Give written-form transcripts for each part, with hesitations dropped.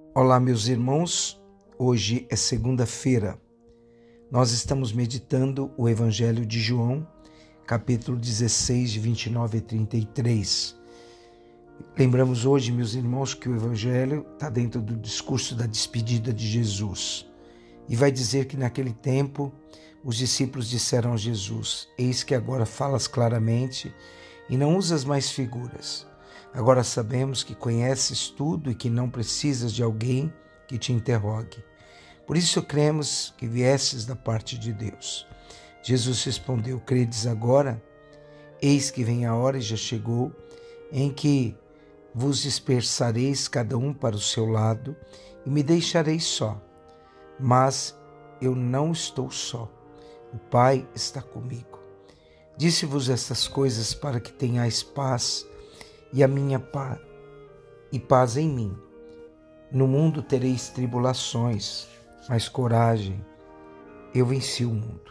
Olá, meus irmãos. Hoje é segunda-feira. Nós estamos meditando o Evangelho de João, capítulo 16, de 29 a 33. Lembramos hoje, meus irmãos, que o Evangelho está dentro do discurso da despedida de Jesus. E vai dizer que naquele tempo os discípulos disseram a Jesus: eis que agora falas claramente e não usas mais figuras. Agora sabemos que conheces tudo e que não precisas de alguém que te interrogue. Por isso cremos que viestes da parte de Deus. Jesus respondeu: credes agora? Eis que vem a hora e já chegou, em que vos dispersareis cada um para o seu lado e me deixareis só. Mas eu não estou só. O Pai está comigo. Disse-vos estas coisas para que tenhais paz e a minha paz, e paz em mim. No mundo tereis tribulações, mas coragem, eu venci o mundo.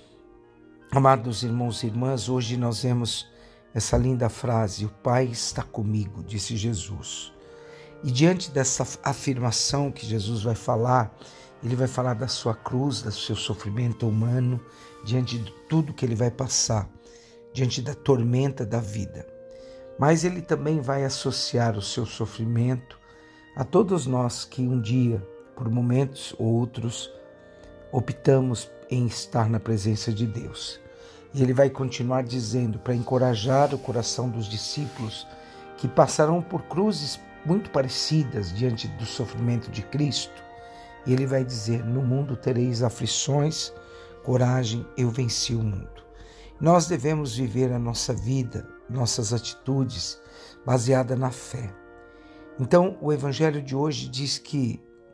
Amados irmãos e irmãs, hoje nós vemos essa linda frase: o Pai está comigo, disse Jesus. E diante dessa afirmação que Jesus vai falar, ele vai falar da sua cruz, do seu sofrimento humano, diante de tudo que ele vai passar, diante da tormenta da vida. Mas ele também vai associar o seu sofrimento a todos nós que um dia, por momentos ou outros, optamos em estar na presença de Deus. E ele vai continuar dizendo, para encorajar o coração dos discípulos que passarão por cruzes muito parecidas diante do sofrimento de Cristo. E ele vai dizer: no mundo tereis aflições, coragem, eu venci o mundo. Nós devemos viver a nossa vida, nossas atitudes, baseada na fé. Então, o Evangelho de hoje diz que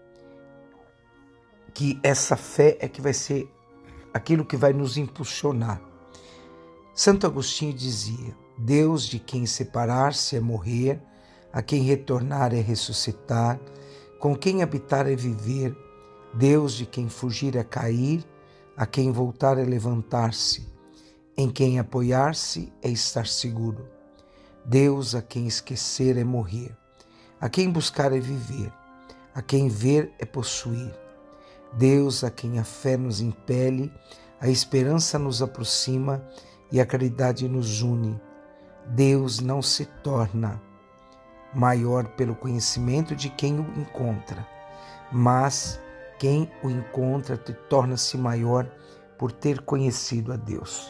essa fé é que vai ser aquilo que vai nos impulsionar. Santo Agostinho dizia: Deus de quem separar-se é morrer, a quem retornar é ressuscitar, com quem habitar é viver, Deus de quem fugir é cair, a quem voltar é levantar-se, em quem apoiar-se é estar seguro. Deus a quem esquecer é morrer, a quem buscar é viver, a quem ver é possuir. Deus a quem a fé nos impele, a esperança nos aproxima e a caridade nos une. Deus não se torna maior pelo conhecimento de quem o encontra, mas quem o encontra torna-se maior por ter conhecido a Deus.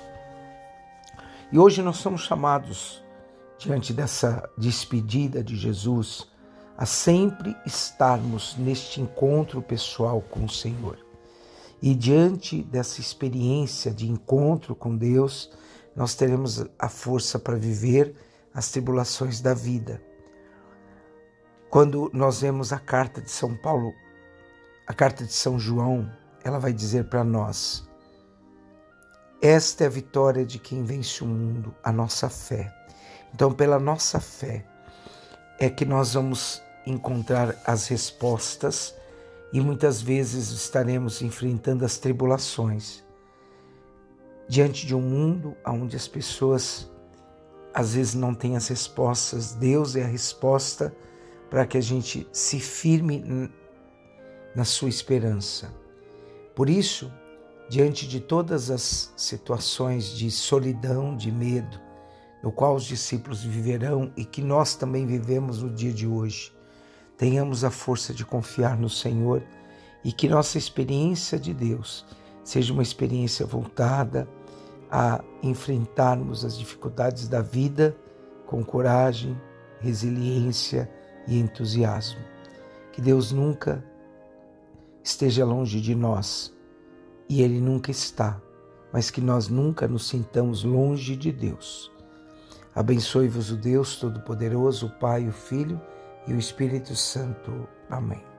E hoje nós somos chamados, diante dessa despedida de Jesus, a sempre estarmos neste encontro pessoal com o Senhor. E diante dessa experiência de encontro com Deus, nós teremos a força para viver as tribulações da vida. Quando nós vemos a carta de São Paulo, a carta de São João, ela vai dizer para nós: esta é a vitória de quem vence o mundo, a nossa fé. Então, pela nossa fé, é que nós vamos encontrar as respostas e muitas vezes estaremos enfrentando as tribulações. Diante de um mundo onde as pessoas às vezes não têm as respostas, Deus é a resposta para que a gente se firme na sua esperança. Por isso, diante de todas as situações de solidão, de medo, no qual os discípulos viverão e que nós também vivemos no dia de hoje, tenhamos a força de confiar no Senhor e que nossa experiência de Deus seja uma experiência voltada a enfrentarmos as dificuldades da vida com coragem, resiliência e entusiasmo. Que Deus nunca esteja longe de nós, e Ele nunca está, mas que nós nunca nos sintamos longe de Deus. Abençoe-vos o Deus Todo-Poderoso, o Pai, o Filho e o Espírito Santo. Amém.